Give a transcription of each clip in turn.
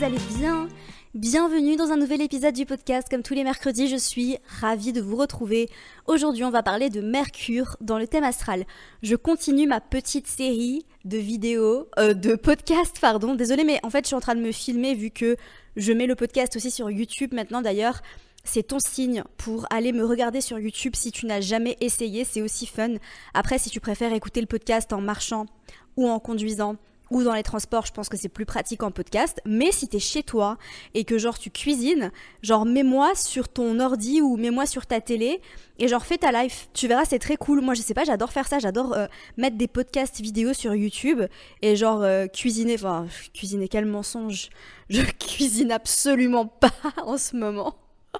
vous allez bien? Bienvenue dans un nouvel épisode du podcast. Comme tous les mercredis, je suis ravie de vous retrouver. Aujourd'hui, on va parler de Mercure dans le thème astral. Je continue ma petite série de vidéos, de podcasts, pardon. Désolée, mais en fait, je suis en train de me filmer vu que je mets le podcast aussi sur YouTube maintenant. D'ailleurs, c'est ton signe pour aller me regarder sur YouTube si tu n'as jamais essayé. C'est aussi fun. Après, si tu préfères écouter le podcast en marchant ou en conduisant, ou dans les transports, je pense que c'est plus pratique en podcast. Mais si t'es chez toi et que genre tu cuisines, genre mets-moi sur ton ordi ou mets-moi sur ta télé et genre fais ta live. Tu verras, c'est très cool. Moi, je sais pas, j'adore faire ça. J'adore mettre des podcasts vidéo sur YouTube et genre cuisiner. Enfin, cuisiner, quel mensonge. Je cuisine absolument pas en ce moment.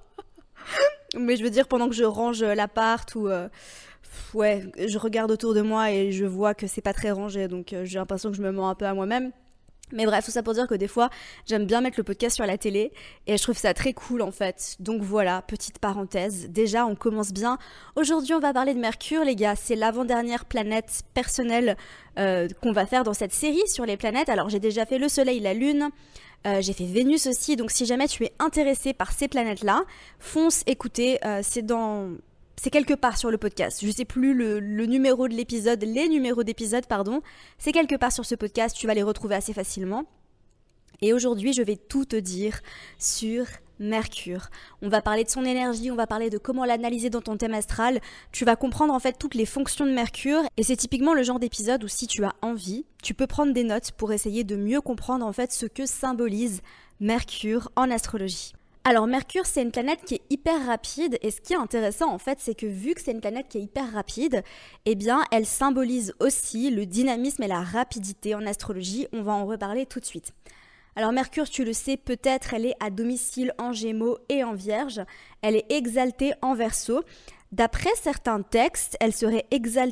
Mais je veux dire, pendant que je range l'appart ou... ouais, je regarde autour de moi et je vois que c'est pas très rangé, donc j'ai l'impression que je me mens un peu à moi-même. Mais bref, tout ça pour dire que des fois, j'aime bien mettre le podcast sur la télé et je trouve ça très cool en fait. Donc voilà, petite parenthèse. Déjà, on commence bien. Aujourd'hui, on va parler de Mercure, les gars. C'est l'avant-dernière planète personnelle qu'on va faire dans cette série sur les planètes. Alors, j'ai déjà fait le Soleil, la Lune. J'ai fait Vénus aussi. Donc, si jamais tu es intéressé par ces planètes-là, fonce écouter. C'est quelque part sur le podcast. Je sais plus le numéro de l'épisode, les numéros d'épisodes, pardon. C'est quelque part sur ce podcast, tu vas les retrouver assez facilement. Et aujourd'hui, je vais tout te dire sur Mercure. On va parler de son énergie, on va parler de comment l'analyser dans ton thème astral. Tu vas comprendre en fait toutes les fonctions de Mercure. Et c'est typiquement le genre d'épisode où si tu as envie, tu peux prendre des notes pour essayer de mieux comprendre en fait ce que symbolise Mercure en astrologie. Alors Mercure, c'est une planète qui est hyper rapide et ce qui est intéressant en fait, c'est que vu que c'est une planète qui est hyper rapide, eh bien elle symbolise aussi le dynamisme et la rapidité en astrologie. On va en reparler tout de suite. Alors Mercure, tu le sais peut-être, elle est à domicile en Gémeaux et en Vierge. Elle est exaltée en Verseau. D'après certains textes, elle serait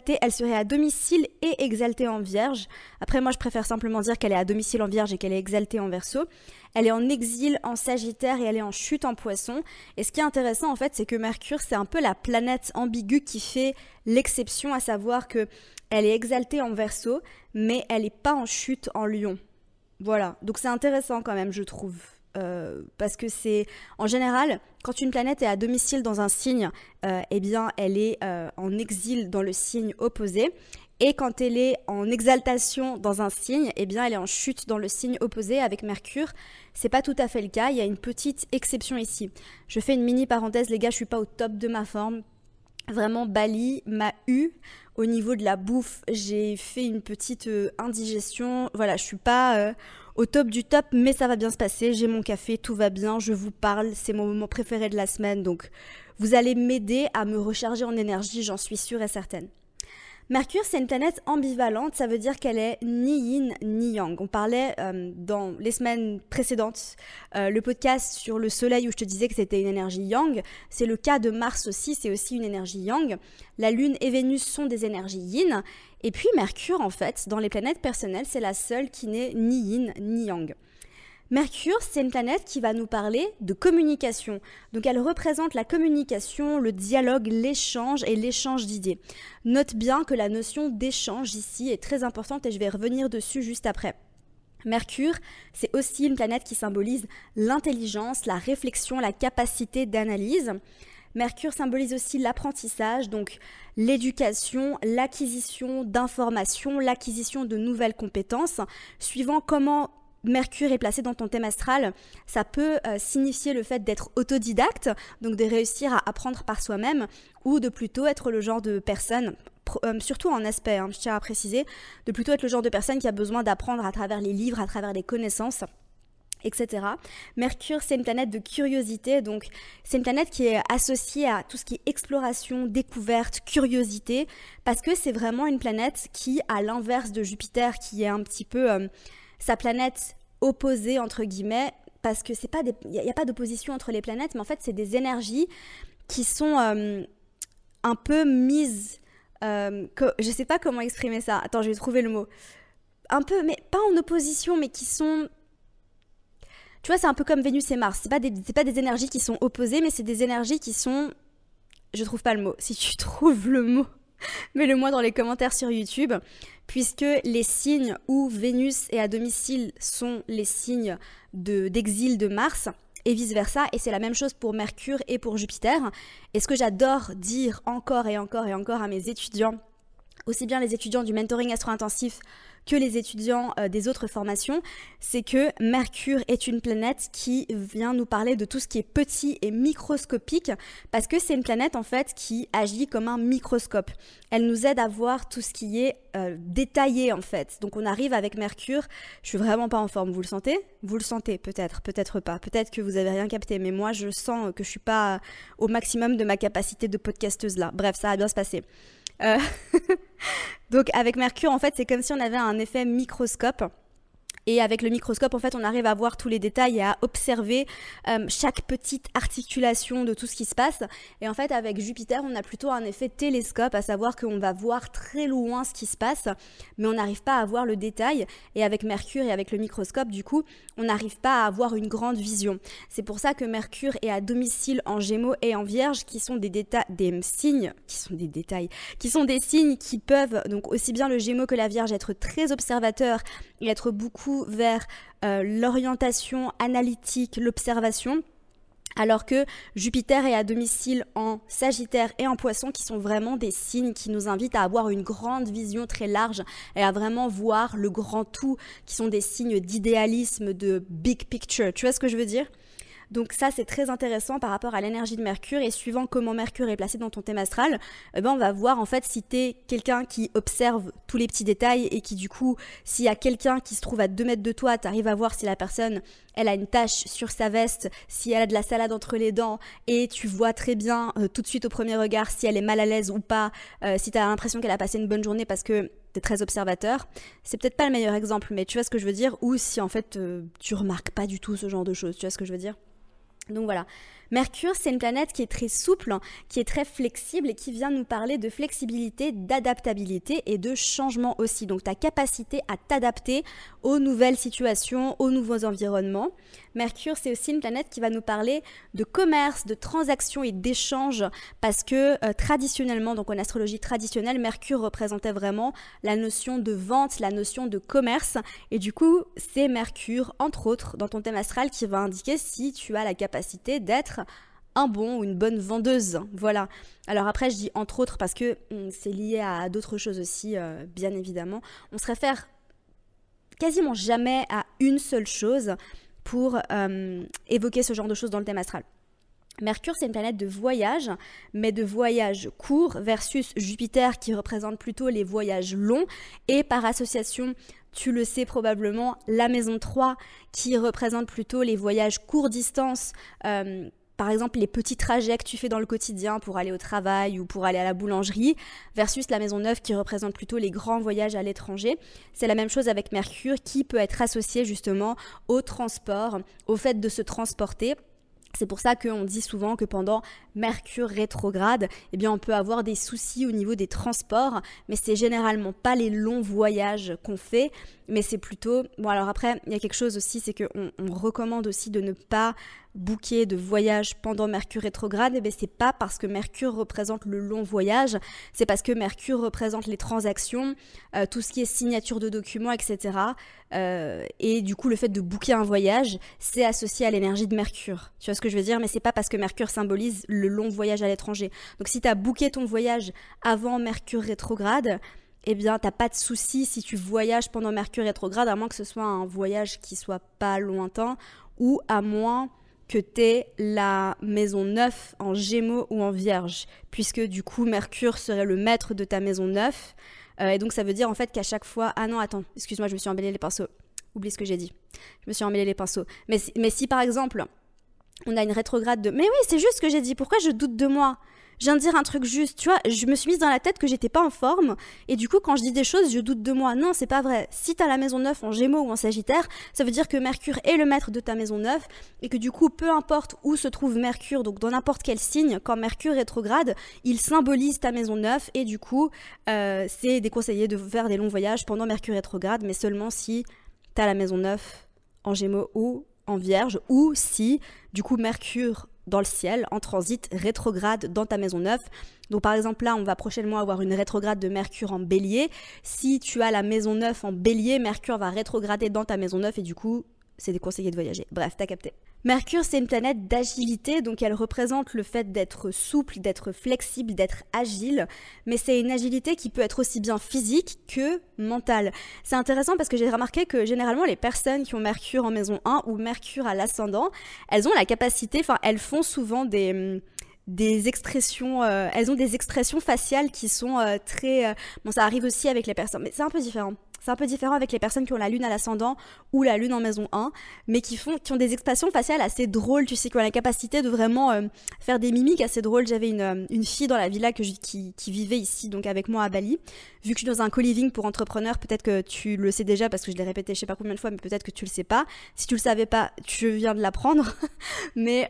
à domicile et exaltée en Vierge. Après, moi, je préfère simplement dire qu'elle est à domicile en Vierge et qu'elle est exaltée en Verseau. Elle est en exil en Sagittaire et elle est en chute en Poisson. Et ce qui est intéressant, en fait, c'est que Mercure, c'est un peu la planète ambiguë qui fait l'exception, à savoir que elle est exaltée en Verseau, mais elle n'est pas en chute en Lion. Voilà, donc c'est intéressant quand même, je trouve. Parce que c'est en général quand une planète est à domicile dans un signe, eh bien elle est en exil dans le signe opposé, et quand elle est en exaltation dans un signe, eh bien elle est en chute dans le signe opposé avec Mercure. C'est pas tout à fait le cas, il y a une petite exception ici. Je fais une mini parenthèse, les gars, je suis pas au top de ma forme. Vraiment, Bali m'a eu au niveau de la bouffe. J'ai fait une petite indigestion. Voilà, je suis pas au top du top, mais ça va bien se passer. J'ai mon café, tout va bien, je vous parle. C'est mon moment préféré de la semaine, donc vous allez m'aider à me recharger en énergie, j'en suis sûre et certaine. Mercure, c'est une planète ambivalente, ça veut dire qu'elle est ni yin ni yang. On parlait dans les semaines précédentes, le podcast sur le soleil où je te disais que c'était une énergie yang. C'est le cas de Mars aussi, c'est aussi une énergie yang. La Lune et Vénus sont des énergies yin. Et puis Mercure, en fait, dans les planètes personnelles, c'est la seule qui n'est ni yin ni yang. Mercure, c'est une planète qui va nous parler de communication. Donc elle représente la communication, le dialogue, l'échange et l'échange d'idées. Note bien que la notion d'échange ici est très importante et je vais revenir dessus juste après. Mercure, c'est aussi une planète qui symbolise l'intelligence, la réflexion, la capacité d'analyse. Mercure symbolise aussi l'apprentissage, donc l'éducation, l'acquisition d'informations, l'acquisition de nouvelles compétences, suivant comment Mercure est placé dans ton thème astral, ça peut signifier le fait d'être autodidacte, donc de réussir à apprendre par soi-même, ou de plutôt être le genre de personne, surtout en aspect, je tiens à préciser, de plutôt être le genre de personne qui a besoin d'apprendre à travers les livres, à travers les connaissances, etc. Mercure, c'est une planète de curiosité, donc c'est une planète qui est associée à tout ce qui est exploration, découverte, curiosité, parce que c'est vraiment une planète qui, à l'inverse de Jupiter, qui est un petit peu... sa planète opposée, entre guillemets, parce que c'est pas il n'y a pas d'opposition entre les planètes, mais en fait, c'est des énergies qui sont un peu mises... je sais pas comment exprimer ça. Attends, je vais trouver le mot. Un peu, mais pas en opposition, mais qui sont... Tu vois, c'est un peu comme Vénus et Mars. C'est pas des énergies qui sont opposées, mais c'est des énergies qui sont... Je trouve pas le mot. Si tu trouves le mot, mets-le-moi dans les commentaires sur YouTube, puisque les signes où Vénus est à domicile sont les signes d'exil de Mars, et vice-versa, et c'est la même chose pour Mercure et pour Jupiter. Et ce que j'adore dire encore et encore et encore à mes étudiants, aussi bien les étudiants du mentoring astro-intensif que les étudiants des autres formations, c'est que Mercure est une planète qui vient nous parler de tout ce qui est petit et microscopique, parce que c'est une planète en fait qui agit comme un microscope. Elle nous aide à voir tout ce qui est détaillé en fait. Donc on arrive avec Mercure, je suis vraiment pas en forme, vous le sentez ? Vous le sentez peut-être, peut-être pas, peut-être que vous avez rien capté, mais moi je sens que je suis pas au maximum de ma capacité de podcasteuse là. Bref, ça va bien se passer. Donc avec Mercure, en fait, c'est comme si on avait un effet microscope. Et avec le microscope, en fait, on arrive à voir tous les détails et à observer chaque petite articulation de tout ce qui se passe. Et en fait, avec Jupiter, on a plutôt un effet télescope, à savoir qu'on va voir très loin ce qui se passe, mais on n'arrive pas à voir le détail. Et avec Mercure et avec le microscope, du coup, on n'arrive pas à avoir une grande vision. C'est pour ça que Mercure est à domicile en Gémeaux et en Vierge, qui sont des signes qui peuvent, donc aussi bien le Gémeaux que la Vierge, être très observateurs et être beaucoup vers l'orientation analytique, l'observation, alors que Jupiter est à domicile en Sagittaire et en Poisson, qui sont vraiment des signes qui nous invitent à avoir une grande vision très large et à vraiment voir le grand tout, qui sont des signes d'idéalisme, de big picture. Tu vois ce que je veux dire ? Donc ça, c'est très intéressant par rapport à l'énergie de Mercure, et suivant comment Mercure est placé dans ton thème astral, on va voir en fait si t'es quelqu'un qui observe tous les petits détails et qui du coup, s'il y a quelqu'un qui se trouve à 2 mètres de toi, t'arrives à voir si la personne, elle a une tache sur sa veste, si elle a de la salade entre les dents, et tu vois très bien tout de suite au premier regard si elle est mal à l'aise ou pas, si t'as l'impression qu'elle a passé une bonne journée parce que t'es très observateur. C'est peut-être pas le meilleur exemple, mais tu vois ce que je veux dire, ou si en fait tu remarques pas du tout ce genre de choses, tu vois ce que je veux dire ? Donc voilà, Mercure, c'est une planète qui est très souple, qui est très flexible et qui vient nous parler de flexibilité, d'adaptabilité et de changement aussi. Donc ta capacité à t'adapter aux nouvelles situations, aux nouveaux environnements. Mercure, c'est aussi une planète qui va nous parler de commerce, de transactions et d'échanges, parce que traditionnellement, donc en astrologie traditionnelle, Mercure représentait vraiment la notion de vente, la notion de commerce. Et du coup, c'est Mercure, entre autres, dans ton thème astral qui va indiquer si tu as la capacité d'être un bon ou une bonne vendeuse. Voilà. Alors après, je dis entre autres parce que c'est lié à d'autres choses aussi, bien évidemment. On se réfère quasiment jamais à une seule chose pour évoquer ce genre de choses dans le thème astral. Mercure, c'est une planète de voyage, mais de voyage court versus Jupiter qui représente plutôt les voyages longs, et par association, tu le sais probablement, la maison 3 qui représente plutôt les voyages court distance, par exemple les petits trajets que tu fais dans le quotidien pour aller au travail ou pour aller à la boulangerie, versus la maison 9 qui représente plutôt les grands voyages à l'étranger. C'est la même chose avec Mercure qui peut être associé justement au transport, au fait de se transporter. C'est pour ça qu'on dit souvent que pendant Mercure rétrograde, eh bien on peut avoir des soucis au niveau des transports, mais c'est généralement pas les longs voyages qu'on fait, mais c'est plutôt... Bon alors après, il y a quelque chose aussi, c'est qu'on recommande aussi de ne pas booker de voyage pendant Mercure rétrograde. Et bien c'est pas parce que Mercure représente le long voyage, c'est parce que Mercure représente les transactions, tout ce qui est signature de documents, etc. Et du coup le fait de booker un voyage, c'est associé à l'énergie de Mercure. Tu vois ce que je veux dire ? Mais c'est pas parce que Mercure symbolise le long voyage à l'étranger. Donc si tu as booké ton voyage avant Mercure rétrograde, eh bien t'as pas de souci si tu voyages pendant Mercure rétrograde, à moins que ce soit un voyage qui soit pas lointain, ou à moins que t'aies la maison 9 en Gémeaux ou en Vierge, puisque du coup Mercure serait le maître de ta maison 9, et donc ça veut dire en fait qu'à chaque fois... Ah non, attends, excuse-moi, je me suis emmêlé les pinceaux. Oublie ce que j'ai dit. Je me suis emmêlé les pinceaux. Mais si par exemple, on a une rétrograde de... Mais oui, c'est juste ce que j'ai dit, pourquoi je doute de moi ? Je viens de dire un truc juste, tu vois, je me suis mise dans la tête que j'étais pas en forme, et du coup quand je dis des choses, je doute de moi. Non, c'est pas vrai. Si t'as la maison 9 en Gémeaux ou en Sagittaire, ça veut dire que Mercure est le maître de ta maison 9, et que du coup, peu importe où se trouve Mercure, donc dans n'importe quel signe, quand Mercure rétrograde, il symbolise ta maison 9, et du coup, c'est déconseillé de faire des longs voyages pendant Mercure rétrograde, mais seulement si t'as la maison 9 en Gémeaux ou en Vierge, ou si, du coup, Mercure dans le ciel, en transit rétrograde dans ta maison 9. Donc par exemple là, on va prochainement avoir une rétrograde de Mercure en Bélier. Si tu as la maison 9 en Bélier, Mercure va rétrograder dans ta maison 9 et du coup, c'est déconseillé de voyager. Bref, t'as capté. Mercure, c'est une planète d'agilité, donc elle représente le fait d'être souple, d'être flexible, d'être agile, mais c'est une agilité qui peut être aussi bien physique que mentale. C'est intéressant parce que j'ai remarqué que généralement les personnes qui ont Mercure en maison 1 ou Mercure à l'ascendant, elles ont la capacité, elles font souvent des expressions, elles ont des expressions faciales qui sont très... bon, ça arrive aussi avec les personnes, mais c'est un peu différent. C'est un peu différent avec les personnes qui ont la lune à l'ascendant ou la lune en maison 1, mais qui ont des expressions faciales assez drôles, tu sais, qui ont la capacité de vraiment faire des mimiques assez drôles. J'avais une fille dans la villa qui vivait ici, donc avec moi à Bali. Vu que je suis dans un co-living pour entrepreneurs, peut-être que tu le sais déjà parce que je l'ai répété je sais pas combien de fois, mais peut-être que tu le sais pas. Si tu le savais pas, tu viens de l'apprendre. Mais...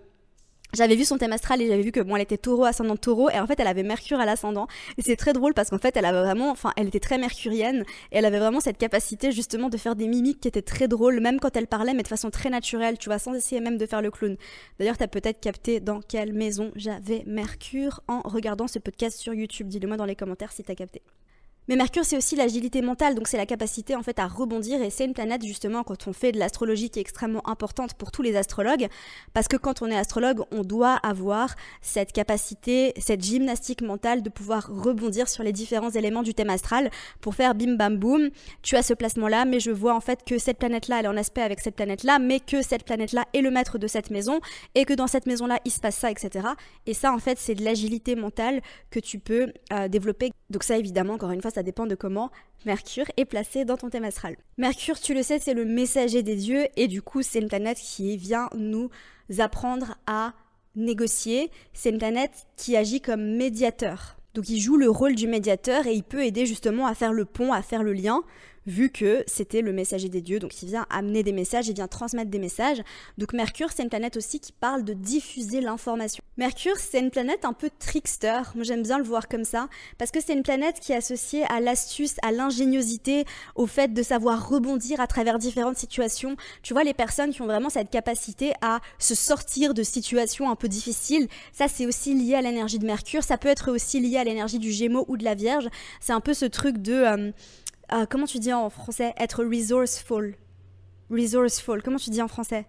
j'avais vu son thème astral et j'avais vu que bon, elle était taureau, ascendant taureau, et en fait elle avait Mercure à l'ascendant. Et c'est très drôle parce qu'en fait elle avait vraiment, elle était très mercurienne et elle avait vraiment cette capacité justement de faire des mimiques qui étaient très drôles, même quand elle parlait, mais de façon très naturelle, tu vois, sans essayer même de faire le clown. D'ailleurs, t'as peut-être capté dans quelle maison j'avais Mercure en regardant ce podcast sur YouTube. Dis-le moi dans les commentaires si t'as capté. Mais Mercure, c'est aussi l'agilité mentale, donc c'est la capacité en fait à rebondir, et c'est une planète justement quand on fait de l'astrologie qui est extrêmement importante pour tous les astrologues, parce que quand on est astrologue, on doit avoir cette capacité, cette gymnastique mentale de pouvoir rebondir sur les différents éléments du thème astral pour faire bim bam boum, tu as ce placement-là, mais je vois en fait que cette planète-là, elle est en aspect avec cette planète-là, mais que cette planète-là est le maître de cette maison, et que dans cette maison-là, il se passe ça, etc. Et ça, en fait, c'est de l'agilité mentale que tu peux développer. Donc ça, évidemment, encore une fois, ça dépend de comment Mercure est placé dans ton thème astral. Mercure, tu le sais, c'est le messager des dieux et du coup, c'est une planète qui vient nous apprendre à négocier. C'est une planète qui agit comme médiateur. Donc il joue le rôle du médiateur et il peut aider justement à faire le pont, à faire le lien, vu que c'était le messager des dieux. Donc il vient amener des messages, il vient transmettre des messages. Donc Mercure, c'est une planète aussi qui parle de diffuser l'information. Mercure, c'est une planète un peu trickster. Moi, j'aime bien le voir comme ça, parce que c'est une planète qui est associée à l'astuce, à l'ingéniosité, au fait de savoir rebondir à travers différentes situations. Tu vois, les personnes qui ont vraiment cette capacité à se sortir de situations un peu difficiles, ça, c'est aussi lié à l'énergie de Mercure. Ça peut être aussi lié à l'énergie du Gémeaux ou de la Vierge. C'est un peu ce truc de... comment tu dis en français? Être resourceful. Resourceful, comment tu dis en français?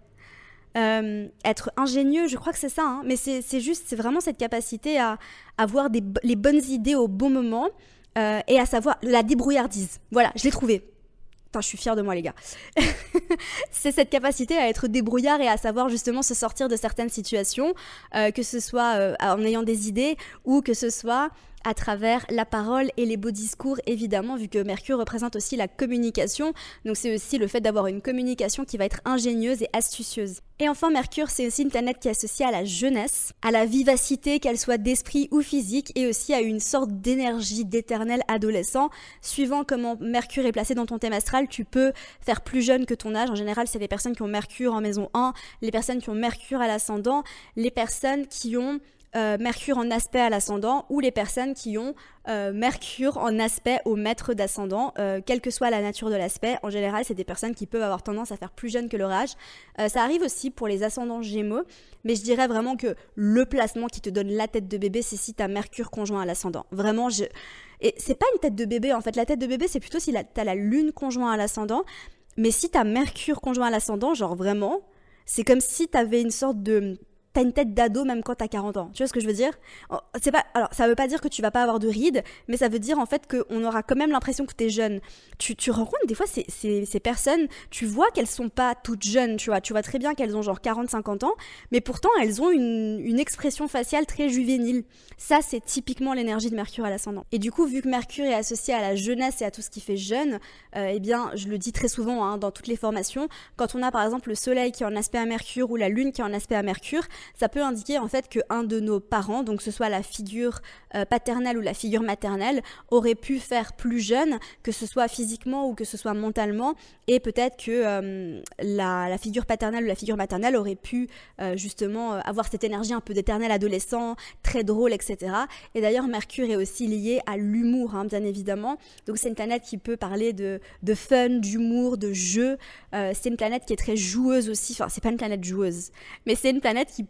Être ingénieux, je crois que c'est ça, hein. Mais c'est vraiment cette capacité à avoir les bonnes idées au bon moment et à savoir la débrouillardise. Voilà, je l'ai trouvé. Putain, je suis fière de moi, les gars. C'est cette capacité à être débrouillard et à savoir justement se sortir de certaines situations, que ce soit en ayant des idées ou que ce soit à travers la parole et les beaux discours, évidemment, vu que Mercure représente aussi la communication. Donc c'est aussi le fait d'avoir une communication qui va être ingénieuse et astucieuse. Et enfin, Mercure, c'est aussi une planète qui est associée à la jeunesse, à la vivacité, qu'elle soit d'esprit ou physique, et aussi à une sorte d'énergie d'éternel adolescent. Suivant comment Mercure est placé dans ton thème astral, tu peux faire plus jeune que ton âge. En général, c'est les personnes qui ont Mercure en maison 1, les personnes qui ont Mercure à l'ascendant, les personnes qui ont Mercure en aspect à l'ascendant, ou les personnes qui ont Mercure en aspect au maître d'ascendant, quelle que soit la nature de l'aspect. En général, c'est des personnes qui peuvent avoir tendance à faire plus jeune que leur âge. Ça arrive aussi pour les ascendants Gémeaux, mais je dirais vraiment que le placement qui te donne la tête de bébé, c'est si tu as Mercure conjoint à l'ascendant. Vraiment, et c'est pas une tête de bébé en fait, la tête de bébé c'est plutôt si tu as la lune conjoint à l'ascendant, mais si tu as Mercure conjoint à l'ascendant, genre vraiment, c'est comme si tu avais une sorte de... T'as une tête d'ado même quand t'as 40 ans. Tu vois ce que je veux dire? Alors, ça veut pas dire que tu vas pas avoir de rides, mais ça veut dire en fait qu'on aura quand même l'impression que t'es jeune. Tu rencontres des fois ces personnes, tu vois qu'elles sont pas toutes jeunes, tu vois très bien qu'elles ont genre 40-50 ans, mais pourtant elles ont une expression faciale très juvénile. Ça, c'est typiquement l'énergie de Mercure à l'ascendant. Et du coup, vu que Mercure est associé à la jeunesse et à tout ce qui fait jeune, eh bien, je le dis très souvent hein, dans toutes les formations, quand on a par exemple le soleil qui est en aspect à Mercure ou la lune qui est en aspect à Mercure, ça peut indiquer en fait qu'un de nos parents, donc que ce soit la figure paternelle ou la figure maternelle, aurait pu faire plus jeune, que ce soit physiquement ou que ce soit mentalement, et peut-être que la figure paternelle ou la figure maternelle aurait pu justement avoir cette énergie un peu d'éternel adolescent, très drôle, etc. Et d'ailleurs, Mercure est aussi lié à l'humour, hein, bien évidemment. Donc c'est une planète qui peut parler de fun, d'humour, de jeu. C'est une planète qui est très joueuse aussi. Enfin, c'est pas une planète joueuse, mais c'est une planète qui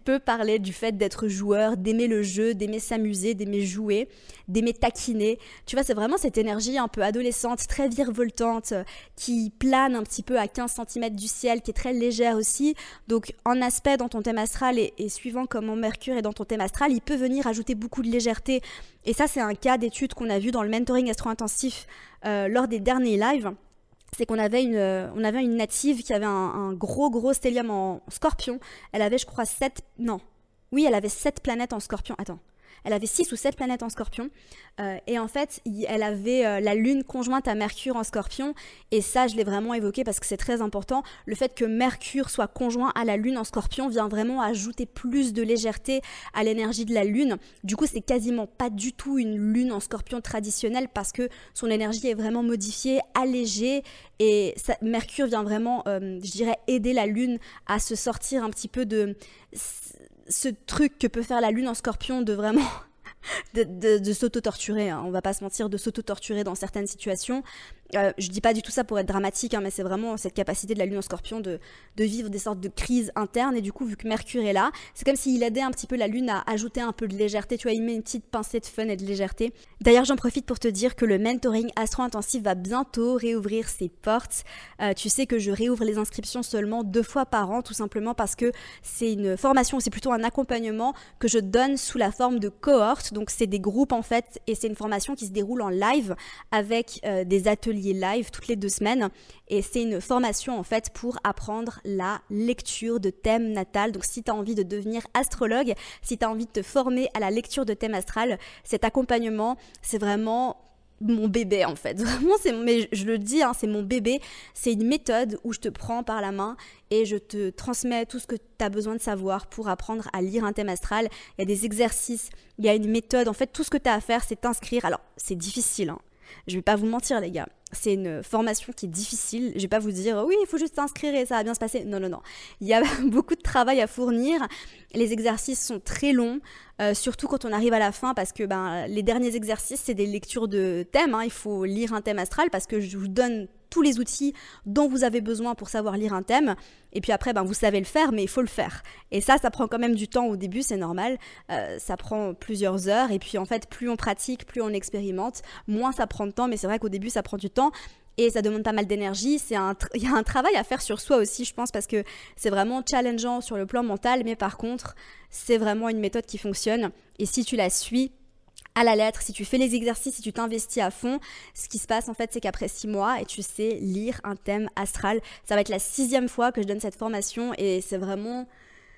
peut parler du fait d'être joueur, d'aimer le jeu, d'aimer s'amuser, d'aimer jouer, d'aimer taquiner. Tu vois, c'est vraiment cette énergie un peu adolescente, très virevoltante, qui plane un petit peu à 15 cm du ciel, qui est très légère aussi. Donc, en aspect dans ton thème astral et suivant comment Mercure est dans ton thème astral, il peut venir ajouter beaucoup de légèreté. Et ça, c'est un cas d'étude qu'on a vu dans le mentoring astro-intensif lors des derniers lives. C'est qu'on avait une native qui avait un gros stellium en scorpion. Elle avait, je crois, elle avait 7 planètes en scorpion. Attends. Elle avait 6 ou 7 planètes en scorpion. Et en fait, elle avait la lune conjointe à Mercure en scorpion. Et ça, je l'ai vraiment évoqué parce que c'est très important. Le fait que Mercure soit conjoint à la lune en scorpion vient vraiment ajouter plus de légèreté à l'énergie de la lune. Du coup, c'est quasiment pas du tout une lune en scorpion traditionnelle parce que son énergie est vraiment modifiée, allégée. Et Mercure vient vraiment, je dirais, aider la lune à se sortir un petit peu de ce truc que peut faire la lune en scorpion de vraiment de s'auto-torturer, hein. On va pas se mentir, de s'auto-torturer dans certaines situations. Je dis pas du tout ça pour être dramatique, hein, mais c'est vraiment cette capacité de la lune en scorpion de vivre des sortes de crises internes. Et du coup, vu que Mercure est là, c'est comme s'il aidait un petit peu la lune à ajouter un peu de légèreté. Tu vois, il met une petite pincée de fun et de légèreté. D'ailleurs, j'en profite pour te dire que le mentoring astro-intensif va bientôt réouvrir ses portes. Tu sais que je réouvre les inscriptions seulement 2 fois par an, tout simplement parce que c'est une formation, c'est plutôt un accompagnement que je donne sous la forme de cohortes. Donc, c'est des groupes en fait, et c'est une formation qui se déroule en live avec des ateliers live toutes les 2 semaines. Et c'est une formation en fait pour apprendre la lecture de thème natal. Donc si tu as envie de devenir astrologue, si tu as envie de te former à la lecture de thème astral, cet accompagnement, c'est vraiment mon bébé en fait. Vraiment, mais je le dis, hein, c'est mon bébé. C'est une méthode où je te prends par la main et je te transmets tout ce que tu as besoin de savoir pour apprendre à lire un thème astral. Il y a des exercices, il y a une méthode. En fait, tout ce que tu as à faire, c'est t'inscrire. Alors, c'est difficile, hein. Je vais pas vous mentir les gars, c'est une formation qui est difficile. Je vais pas vous dire oui il faut juste s'inscrire et ça va bien se passer. Non. Il y a beaucoup de travail à fournir. Les exercices sont très longs, surtout quand on arrive à la fin parce que les derniers exercices c'est des lectures de thèmes, hein. Il faut lire un thème astral parce que je vous donne tous les outils dont vous avez besoin pour savoir lire un thème. Et puis après, vous savez le faire, mais il faut le faire. Et ça prend quand même du temps au début, c'est normal. Ça prend plusieurs heures. Et puis en fait, plus on pratique, plus on expérimente, moins ça prend de temps. Mais c'est vrai qu'au début, ça prend du temps. Et ça demande pas mal d'énergie. Il y a un travail à faire sur soi aussi, je pense, parce que c'est vraiment challengeant sur le plan mental. Mais par contre, c'est vraiment une méthode qui fonctionne. Et si tu la suis à la lettre, si tu fais les exercices, si tu t'investis à fond, ce qui se passe en fait, c'est qu'après 6 mois, et tu sais lire un thème astral, ça va être la 6e fois que je donne cette formation et c'est vraiment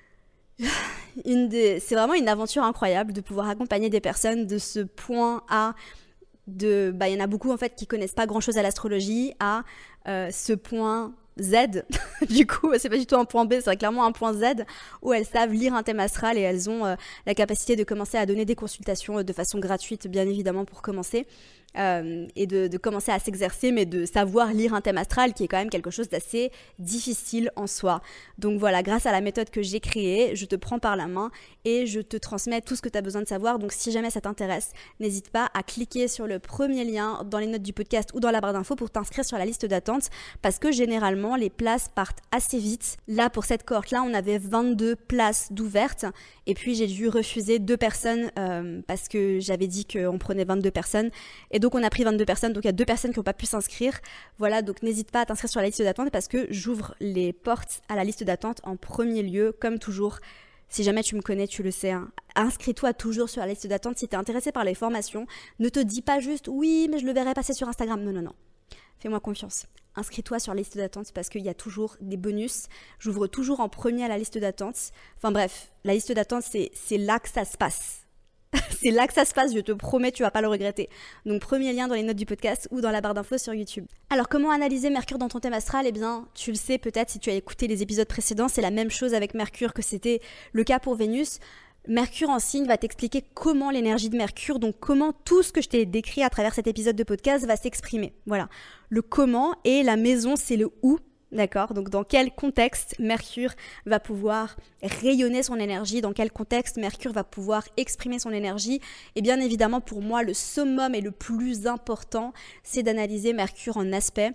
une aventure incroyable de pouvoir accompagner des personnes de ce point à il y en a beaucoup en fait qui connaissent pas grand chose à l'astrologie à ce point Z, du coup c'est pas du tout un point B, c'est clairement un point Z où elles savent lire un thème astral et elles ont la capacité de commencer à donner des consultations de façon gratuite bien évidemment pour commencer et de commencer à s'exercer, mais de savoir lire un thème astral qui est quand même quelque chose d'assez difficile en soi. Donc voilà, grâce à la méthode que j'ai créée, je te prends par la main et je te transmets tout ce que tu as besoin de savoir. Donc si jamais ça t'intéresse, n'hésite pas à cliquer sur le premier lien dans les notes du podcast ou dans la barre d'infos pour t'inscrire sur la liste d'attente parce que généralement les places partent assez vite. Là pour cette cohorte-là, on avait 22 places d'ouvertes et puis j'ai dû refuser 2 personnes parce que j'avais dit qu'on prenait 22 personnes et donc on a pris 22 personnes, donc il y a 2 personnes qui n'ont pas pu s'inscrire. Voilà, donc n'hésite pas à t'inscrire sur la liste d'attente parce que j'ouvre les portes à la liste d'attente en premier lieu, comme toujours. Si jamais tu me connais, tu le sais, hein. Inscris-toi toujours sur la liste d'attente si tu es intéressé par les formations. Ne te dis pas juste « oui, mais je le verrai passer sur Instagram ». Non. Fais-moi confiance. Inscris-toi sur la liste d'attente parce qu'il y a toujours des bonus. J'ouvre toujours en premier à la liste d'attente. Enfin bref, la liste d'attente, c'est là que ça se passe. C'est là que ça se passe, je te promets, tu vas pas le regretter. Donc premier lien dans les notes du podcast ou dans la barre d'infos sur YouTube. Alors comment analyser Mercure dans ton thème astral ? Eh bien, tu le sais peut-être si tu as écouté les épisodes précédents, c'est la même chose avec Mercure que c'était le cas pour Vénus. Mercure en signe va t'expliquer comment l'énergie de Mercure, donc comment tout ce que je t'ai décrit à travers cet épisode de podcast va s'exprimer. Voilà, le comment et la maison, c'est le où. D'accord ? Donc dans quel contexte Mercure va pouvoir rayonner son énergie, dans quel contexte Mercure va pouvoir exprimer son énergie. Et bien évidemment pour moi le summum et le plus important c'est d'analyser Mercure en aspect.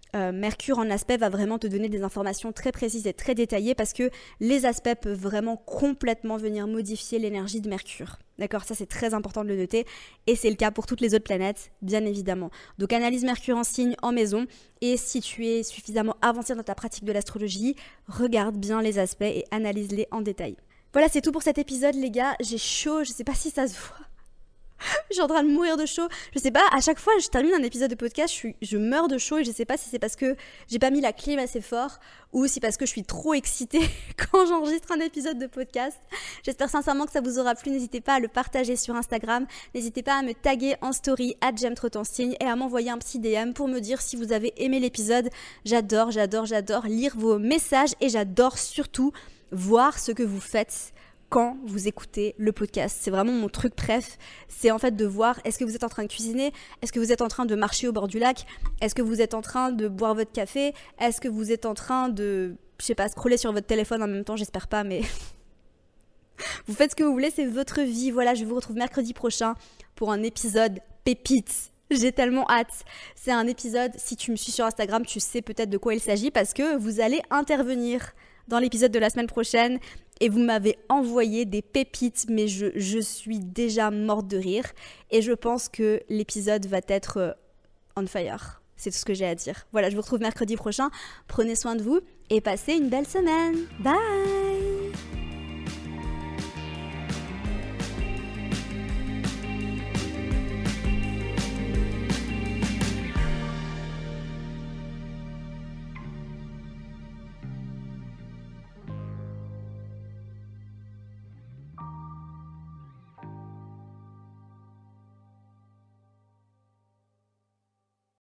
Mercure en aspect va vraiment te donner des informations très précises et très détaillées parce que les aspects peuvent vraiment complètement venir modifier l'énergie de Mercure. D'accord, ça c'est très important de le noter et c'est le cas pour toutes les autres planètes, bien évidemment. Donc analyse Mercure en signe en maison et si tu es suffisamment avancé dans ta pratique de l'astrologie, regarde bien les aspects et analyse-les en détail. Voilà, c'est tout pour cet épisode les gars, j'ai chaud, je sais pas si ça se voit. Je suis en train de mourir de chaud. Je sais pas, à chaque fois je termine un épisode de podcast, je meurs de chaud et je sais pas si c'est parce que j'ai pas mis la clim assez fort ou si parce que je suis trop excitée quand j'enregistre un épisode de podcast. J'espère sincèrement que ça vous aura plu. N'hésitez pas à le partager sur Instagram. N'hésitez pas à me taguer en story @j'aime-trop-ton-signe et à m'envoyer un petit DM pour me dire si vous avez aimé l'épisode. J'adore lire vos messages et j'adore surtout voir ce que vous faites quand vous écoutez le podcast. C'est vraiment mon truc préf, c'est en fait de voir est-ce que vous êtes en train de cuisiner, est-ce que vous êtes en train de marcher au bord du lac, est-ce que vous êtes en train de boire votre café, est-ce que vous êtes en train de, je sais pas, scroller sur votre téléphone en même temps, j'espère pas, mais vous faites ce que vous voulez, c'est votre vie. Voilà, je vous retrouve mercredi prochain pour un épisode pépite. J'ai tellement hâte. C'est un épisode, si tu me suis sur Instagram, tu sais peut-être de quoi il s'agit parce que vous allez intervenir dans l'épisode de la semaine prochaine et vous m'avez envoyé des pépites, mais je suis déjà morte de rire et je pense que l'épisode va être on fire. C'est tout ce que j'ai à dire. Voilà, je vous retrouve mercredi prochain. Prenez soin de vous et passez une belle semaine. Bye!